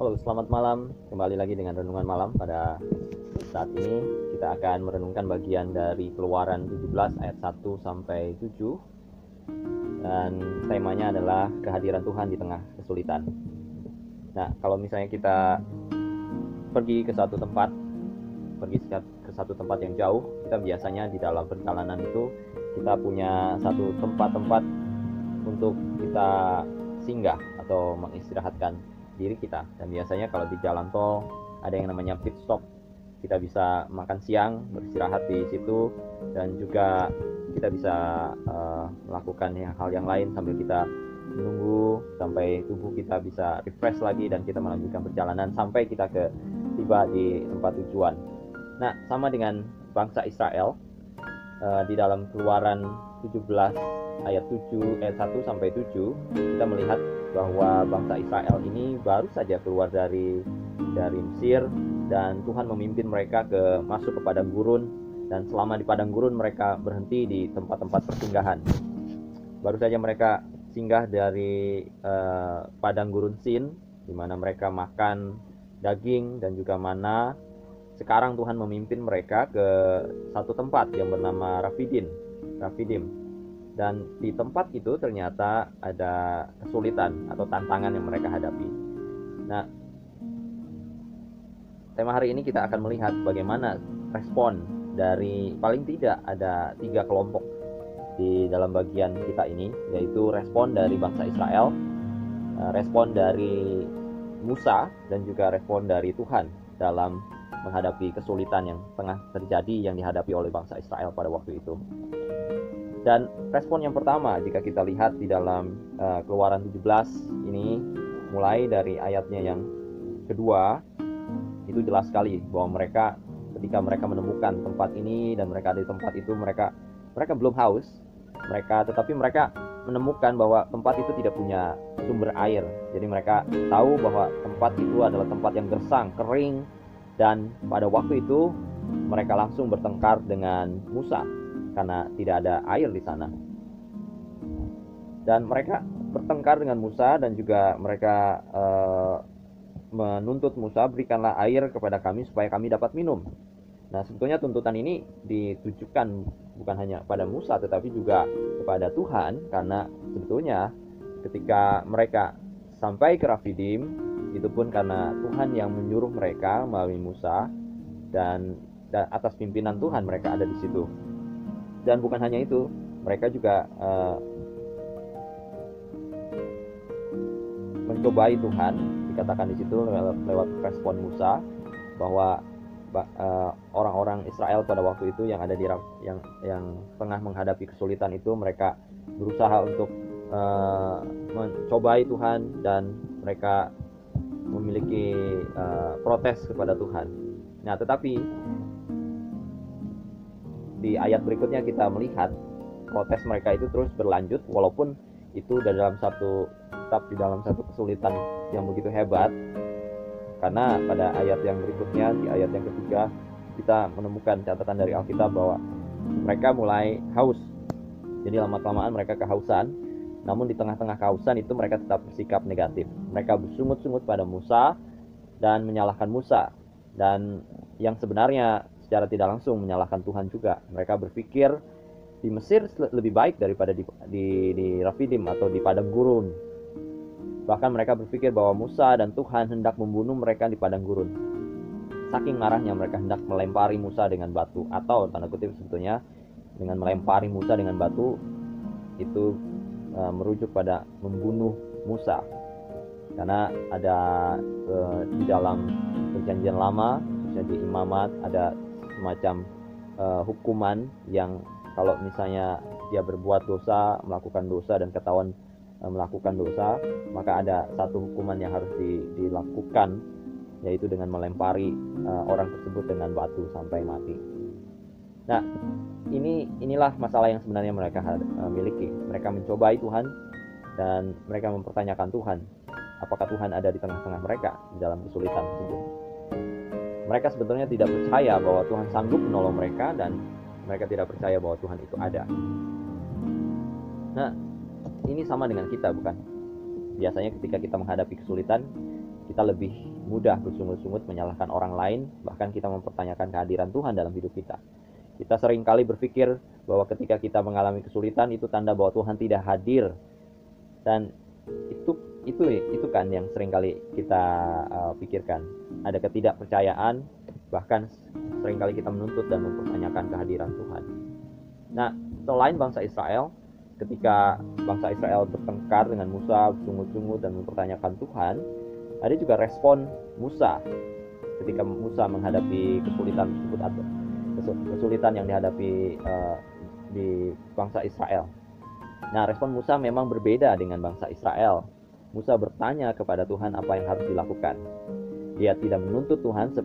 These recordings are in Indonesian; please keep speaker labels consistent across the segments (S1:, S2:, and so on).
S1: Halo, selamat malam. Kembali lagi dengan Renungan Malam. Pada saat ini kita akan merenungkan bagian dari Keluaran 17 ayat 1 sampai 7. Dan temanya adalah kehadiran Tuhan di tengah kesulitan. Nah, kalau misalnya kita pergi ke satu tempat yang jauh, kita biasanya di dalam perjalanan itu kita punya satu tempat-tempat untuk kita singgah atau mengistirahatkan diri kita. Dan biasanya kalau di jalan tol ada yang namanya pit stop. Kita bisa makan siang, beristirahat di situ, dan juga kita bisa melakukan hal yang lain sambil kita menunggu sampai tubuh kita bisa refresh lagi dan kita melanjutkan perjalanan sampai kita tiba di tempat tujuan. Nah, sama dengan bangsa Israel di dalam Keluaran 17 ayat 1 sampai 7, kita melihat bahwa bangsa Israel ini baru saja keluar dari Mesir, dan Tuhan memimpin mereka masuk ke padang gurun, dan selama di padang gurun mereka berhenti di tempat-tempat persinggahan. Baru saja mereka singgah dari padang gurun Sin, di mana mereka makan daging dan juga mana. Sekarang Tuhan memimpin mereka ke satu tempat yang bernama Rafidim. Dan di tempat itu ternyata ada kesulitan atau tantangan yang mereka hadapi. Nah, tema hari ini kita akan melihat bagaimana respon dari, paling tidak ada 3 kelompok di dalam bagian kita ini, yaitu respon dari bangsa Israel, respon dari Musa, dan juga respon dari Tuhan dalam menghadapi kesulitan yang tengah terjadi yang dihadapi oleh bangsa Israel pada waktu itu. Dan respon yang pertama, jika kita lihat di dalam Keluaran 17 ini, mulai dari ayatnya yang kedua, itu jelas sekali bahwa ketika mereka menemukan tempat ini dan mereka ada di tempat itu, mereka belum haus, tetapi mereka menemukan bahwa tempat itu tidak punya sumber air. Jadi mereka tahu bahwa tempat itu adalah tempat yang gersang, kering, dan pada waktu itu mereka langsung bertengkar dengan Musa karena tidak ada air di sana. Dan mereka bertengkar dengan Musa, dan juga mereka menuntut Musa, berikanlah air kepada kami supaya kami dapat minum. Nah, sebetulnya tuntutan ini ditujukan bukan hanya pada Musa tetapi juga kepada Tuhan, karena sebetulnya ketika mereka sampai ke Rafidim, itu pun karena Tuhan yang menyuruh mereka melalui Musa, dan atas pimpinan Tuhan mereka ada di situ. Dan bukan hanya itu, mereka juga mencobai Tuhan. Dikatakan di situ lewat respon Musa bahwa orang-orang Israel pada waktu itu yang ada yang tengah menghadapi kesulitan itu, mereka berusaha untuk mencobai Tuhan, dan mereka memiliki protes kepada Tuhan. Nah, tetapi di ayat berikutnya kita melihat protes mereka itu terus berlanjut, walaupun itu tetap di dalam satu kesulitan yang begitu hebat. Karena pada ayat yang berikutnya, di ayat yang ketiga, kita menemukan catatan dari Alkitab bahwa mereka mulai haus. Jadi lama-kelamaan mereka kehausan. Namun di tengah-tengah kehausan itu mereka tetap bersikap negatif. Mereka bersungut-sungut pada Musa dan menyalahkan Musa, dan yang sebenarnya secara tidak langsung menyalahkan Tuhan juga. Mereka berpikir di Mesir lebih baik daripada di Rafidim atau di padang gurun. Bahkan mereka berpikir bahwa Musa dan Tuhan hendak membunuh mereka di padang gurun. Saking marahnya mereka hendak melempari Musa dengan batu, atau tanda kutip sebetulnya dengan melempari Musa dengan batu itu merujuk pada membunuh Musa. Karena ada di dalam perjanjian lama, khususnya di Imamat, ada semacam hukuman yang kalau misalnya dia berbuat dosa, melakukan dosa, dan ketahuan melakukan dosa, maka ada satu hukuman yang harus dilakukan, yaitu dengan melempari orang tersebut dengan batu sampai mati. Nah, inilah masalah yang sebenarnya mereka miliki. Mereka mencobai Tuhan, dan mereka mempertanyakan Tuhan, apakah Tuhan ada di tengah-tengah mereka di dalam kesulitan tersebut. Mereka sebetulnya tidak percaya bahwa Tuhan sanggup menolong mereka, dan mereka tidak percaya bahwa Tuhan itu ada. Nah, ini sama dengan kita, bukan? Biasanya ketika kita menghadapi kesulitan, kita lebih mudah bersungut-sungut menyalahkan orang lain, bahkan kita mempertanyakan kehadiran Tuhan dalam hidup kita. Kita seringkali berpikir bahwa ketika kita mengalami kesulitan itu tanda bahwa Tuhan tidak hadir, dan itu kan yang seringkali kita pikirkan. Ada ketidakpercayaan, bahkan seringkali kita menuntut dan mempertanyakan kehadiran Tuhan. Nah, selain bangsa Israel, ketika bangsa Israel bertengkar dengan Musa, bersungut-sungut dan mempertanyakan Tuhan, ada juga respon Musa ketika Musa menghadapi kesulitan tersebut atau kesulitan yang dihadapi di bangsa Israel. Nah, respon Musa memang berbeda dengan bangsa Israel. Musa bertanya kepada Tuhan apa yang harus dilakukan. Dia tidak menuntut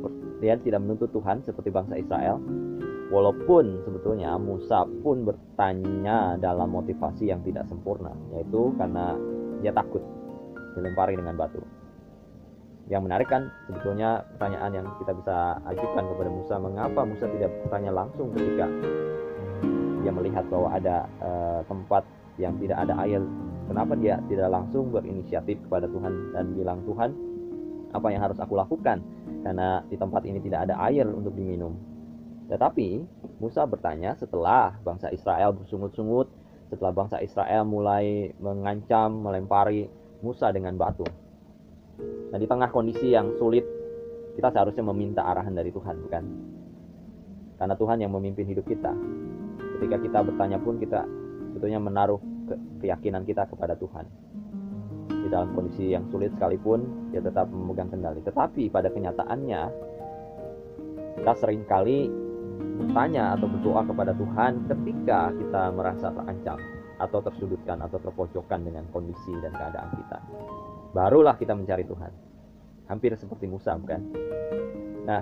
S1: Tuhan seperti bangsa Israel, walaupun sebetulnya Musa pun bertanya dalam motivasi yang tidak sempurna, yaitu karena dia takut dilempari dengan batu. Yang menarik kan sebetulnya pertanyaan yang kita bisa ajukan kepada Musa, mengapa Musa tidak bertanya langsung ketika dia melihat bahwa ada tempat yang tidak ada air? Kenapa dia tidak langsung berinisiatif kepada Tuhan dan bilang, Tuhan, apa yang harus aku lakukan? Karena di tempat ini tidak ada air untuk diminum. Tetapi Musa bertanya setelah bangsa Israel bersungut-sungut, setelah bangsa Israel mulai mengancam, melempari Musa dengan batu. Nah, di tengah kondisi yang sulit, kita seharusnya meminta arahan dari Tuhan, bukan? Karena Tuhan yang memimpin hidup kita. Ketika kita bertanya pun kita sebetulnya menaruh keyakinan kita kepada Tuhan. Di dalam kondisi yang sulit sekalipun, dia tetap memegang kendali. Tetapi pada kenyataannya, kita seringkali bertanya atau berdoa kepada Tuhan ketika kita merasa terancam atau tersudutkan atau terpojokkan dengan kondisi dan keadaan kita. Barulah kita mencari Tuhan. Hampir seperti Musa, bukan? Nah,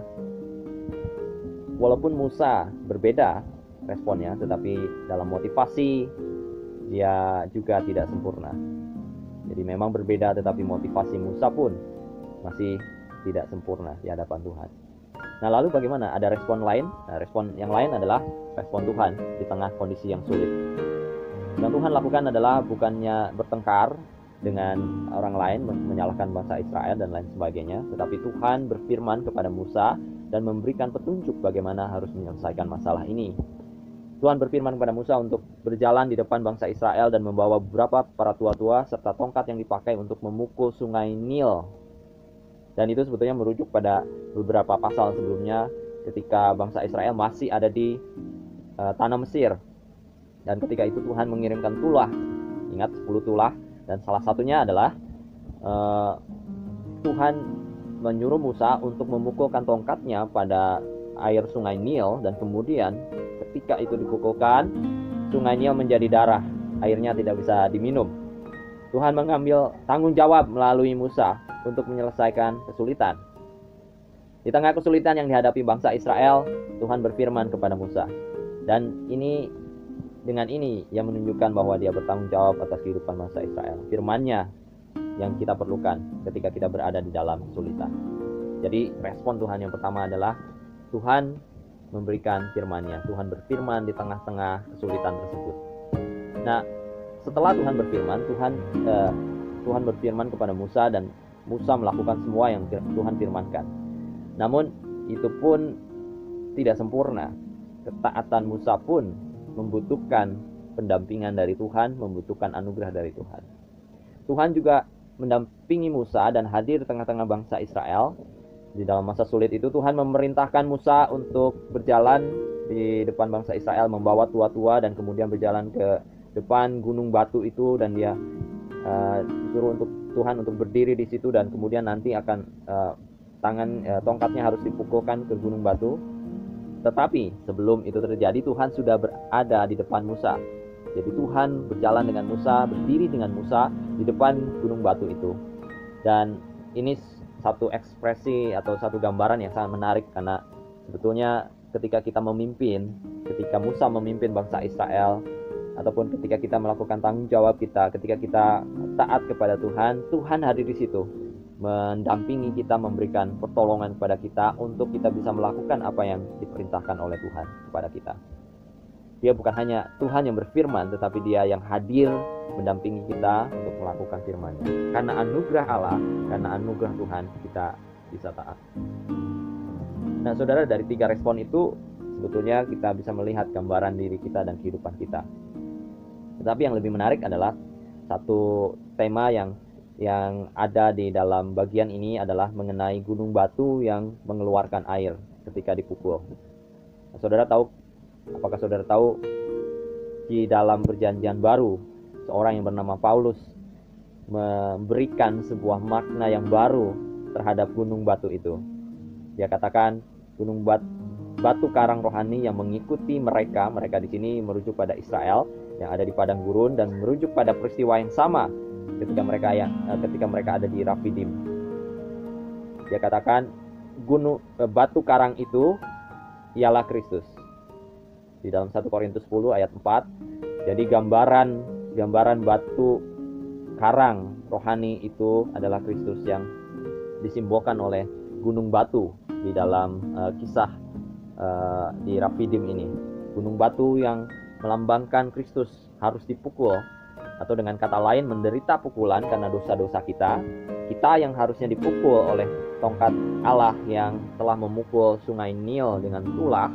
S1: walaupun Musa berbeda responnya, tetapi dalam motivasi dia juga tidak sempurna. Jadi memang berbeda, tetapi motivasi Musa pun masih tidak sempurna di hadapan Tuhan. Nah, lalu bagaimana? Ada respon lain? Nah, respon yang lain adalah respon Tuhan di tengah kondisi yang sulit. Yang Tuhan lakukan adalah bukannya bertengkar dengan orang lain, menyalahkan bangsa Israel dan lain sebagainya, tetapi Tuhan berfirman kepada Musa dan memberikan petunjuk bagaimana harus menyelesaikan masalah ini. Tuhan berfirman kepada Musa untuk berjalan di depan bangsa Israel dan membawa beberapa para tua-tua serta tongkat yang dipakai untuk memukul sungai Nil. Dan itu sebetulnya merujuk pada beberapa pasal sebelumnya ketika bangsa Israel masih ada di tanah Mesir. Dan ketika itu Tuhan mengirimkan tulah, ingat 10 tulah, dan salah satunya adalah Tuhan menyuruh Musa untuk memukulkan tongkatnya pada air sungai Nil, dan kemudian ketika itu dipukulkan, sungai Nil menjadi darah, airnya tidak bisa diminum. Tuhan mengambil tanggung jawab melalui Musa untuk menyelesaikan kesulitan. Di tengah kesulitan yang dihadapi bangsa Israel, Tuhan berfirman kepada Musa. Dan dengan ini yang menunjukkan bahwa dia bertanggung jawab atas kehidupan bangsa Israel. Firman-Nya yang kita perlukan ketika kita berada di dalam kesulitan. Jadi respon Tuhan yang pertama adalah Tuhan memberikan firman-Nya. Tuhan berfirman di tengah-tengah kesulitan tersebut. Nah, setelah Tuhan berfirman, Tuhan berfirman kepada Musa dan Musa melakukan semua yang Tuhan firmankan. Namun itu pun tidak sempurna. Ketaatan Musa pun membutuhkan pendampingan dari Tuhan, membutuhkan anugerah dari Tuhan. Tuhan juga mendampingi Musa dan hadir di tengah-tengah bangsa Israel. Di dalam masa sulit itu Tuhan memerintahkan Musa untuk berjalan di depan bangsa Israel, membawa tua-tua dan kemudian berjalan ke depan gunung batu itu, dan dia disuruh untuk Tuhan untuk berdiri di situ, dan kemudian nanti akan tongkatnya harus dipukulkan ke gunung batu. Tetapi sebelum itu terjadi, Tuhan sudah berada di depan Musa. Jadi Tuhan berjalan dengan Musa, berdiri dengan Musa di depan gunung batu itu. Dan ini satu ekspresi atau satu gambaran yang sangat menarik, karena sebetulnya ketika kita memimpin, ketika Musa memimpin bangsa Israel, ataupun ketika kita melakukan tanggung jawab kita, ketika kita taat kepada Tuhan, Tuhan hadir di situ, mendampingi kita, memberikan pertolongan kepada kita untuk kita bisa melakukan apa yang diperintahkan oleh Tuhan kepada kita. Dia bukan hanya Tuhan yang berfirman, tetapi Dia yang hadir mendampingi kita untuk melakukan firman-Nya. Karena anugerah Allah, karena anugerah Tuhan, kita bisa taat. Nah, saudara, dari 3 respon itu sebetulnya kita bisa melihat gambaran diri kita dan kehidupan kita. Tetapi yang lebih menarik adalah satu tema yang ada di dalam bagian ini adalah mengenai gunung batu yang mengeluarkan air ketika dipukul. Nah, apakah saudara tahu di dalam Perjanjian Baru seorang yang bernama Paulus memberikan sebuah makna yang baru terhadap gunung batu itu. Dia katakan gunung batu karang rohani yang mengikuti mereka di sini merujuk pada Israel yang ada di padang gurun dan merujuk pada peristiwa yang sama ketika mereka ada di Rafidim. Dia katakan batu karang itu ialah Kristus. Di dalam 1 Korintus 10 ayat 4, jadi gambaran batu karang rohani itu adalah Kristus yang disimbolkan oleh gunung batu di dalam kisah di Rafidim ini. Gunung batu yang melambangkan Kristus harus dipukul, atau dengan kata lain menderita pukulan karena dosa-dosa kita. Kita yang harusnya dipukul oleh tongkat Allah yang telah memukul sungai Nil dengan tulah,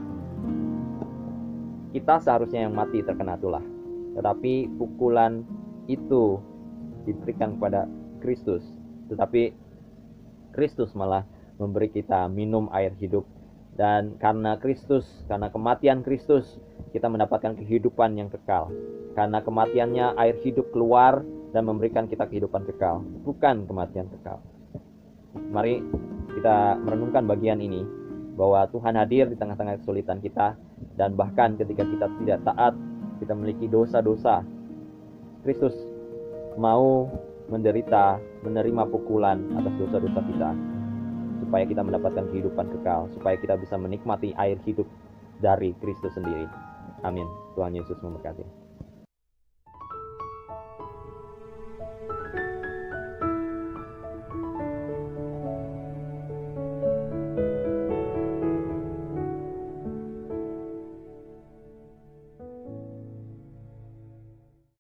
S1: kita seharusnya yang mati terkena tulah. Tetapi pukulan itu diberikan kepada Kristus. Tetapi Kristus malah memberi kita minum air hidup. Dan karena kematian Kristus, kita mendapatkan kehidupan yang kekal. Karena kematiannya air hidup keluar dan memberikan kita kehidupan kekal, bukan kematian kekal. Mari kita merenungkan bagian ini, bahwa Tuhan hadir di tengah-tengah kesulitan kita, dan bahkan ketika kita tidak taat, kita memiliki dosa-dosa, Kristus mau menerima pukulan atas dosa-dosa kita, supaya kita mendapatkan kehidupan kekal, supaya kita bisa menikmati air hidup dari Kristus sendiri. Amin. Tuhan Yesus memberkati.